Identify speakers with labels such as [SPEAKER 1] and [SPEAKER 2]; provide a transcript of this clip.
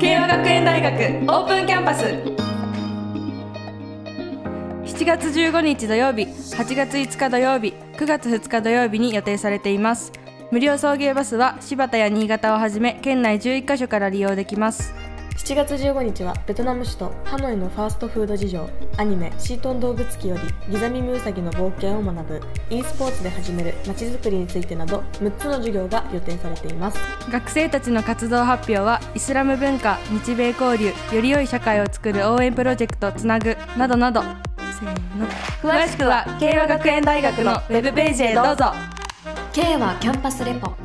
[SPEAKER 1] 慶和学園大学オープンキャンパス。7月15日土曜日、8月5日土曜日、9月2日土曜日に予定されています。無料送迎バスは新発田や新潟をはじめ県内11カ所から利用できます。
[SPEAKER 2] 7月15日はベトナム首都ハノイのファーストフード事情、アニメシートン動物記よりギザミムウサギの冒険を学ぶ e スポーツで始めるまちづくりについてなど6つの授業が予定されています。
[SPEAKER 1] 学生たちの活動発表はイスラム文化、日米交流、より良い社会を作る応援プロジェクトつなぐなどなど。せーの。詳しくは慶和学園大学のウェブページへどうぞ。
[SPEAKER 3] 慶和キャンパスレポ。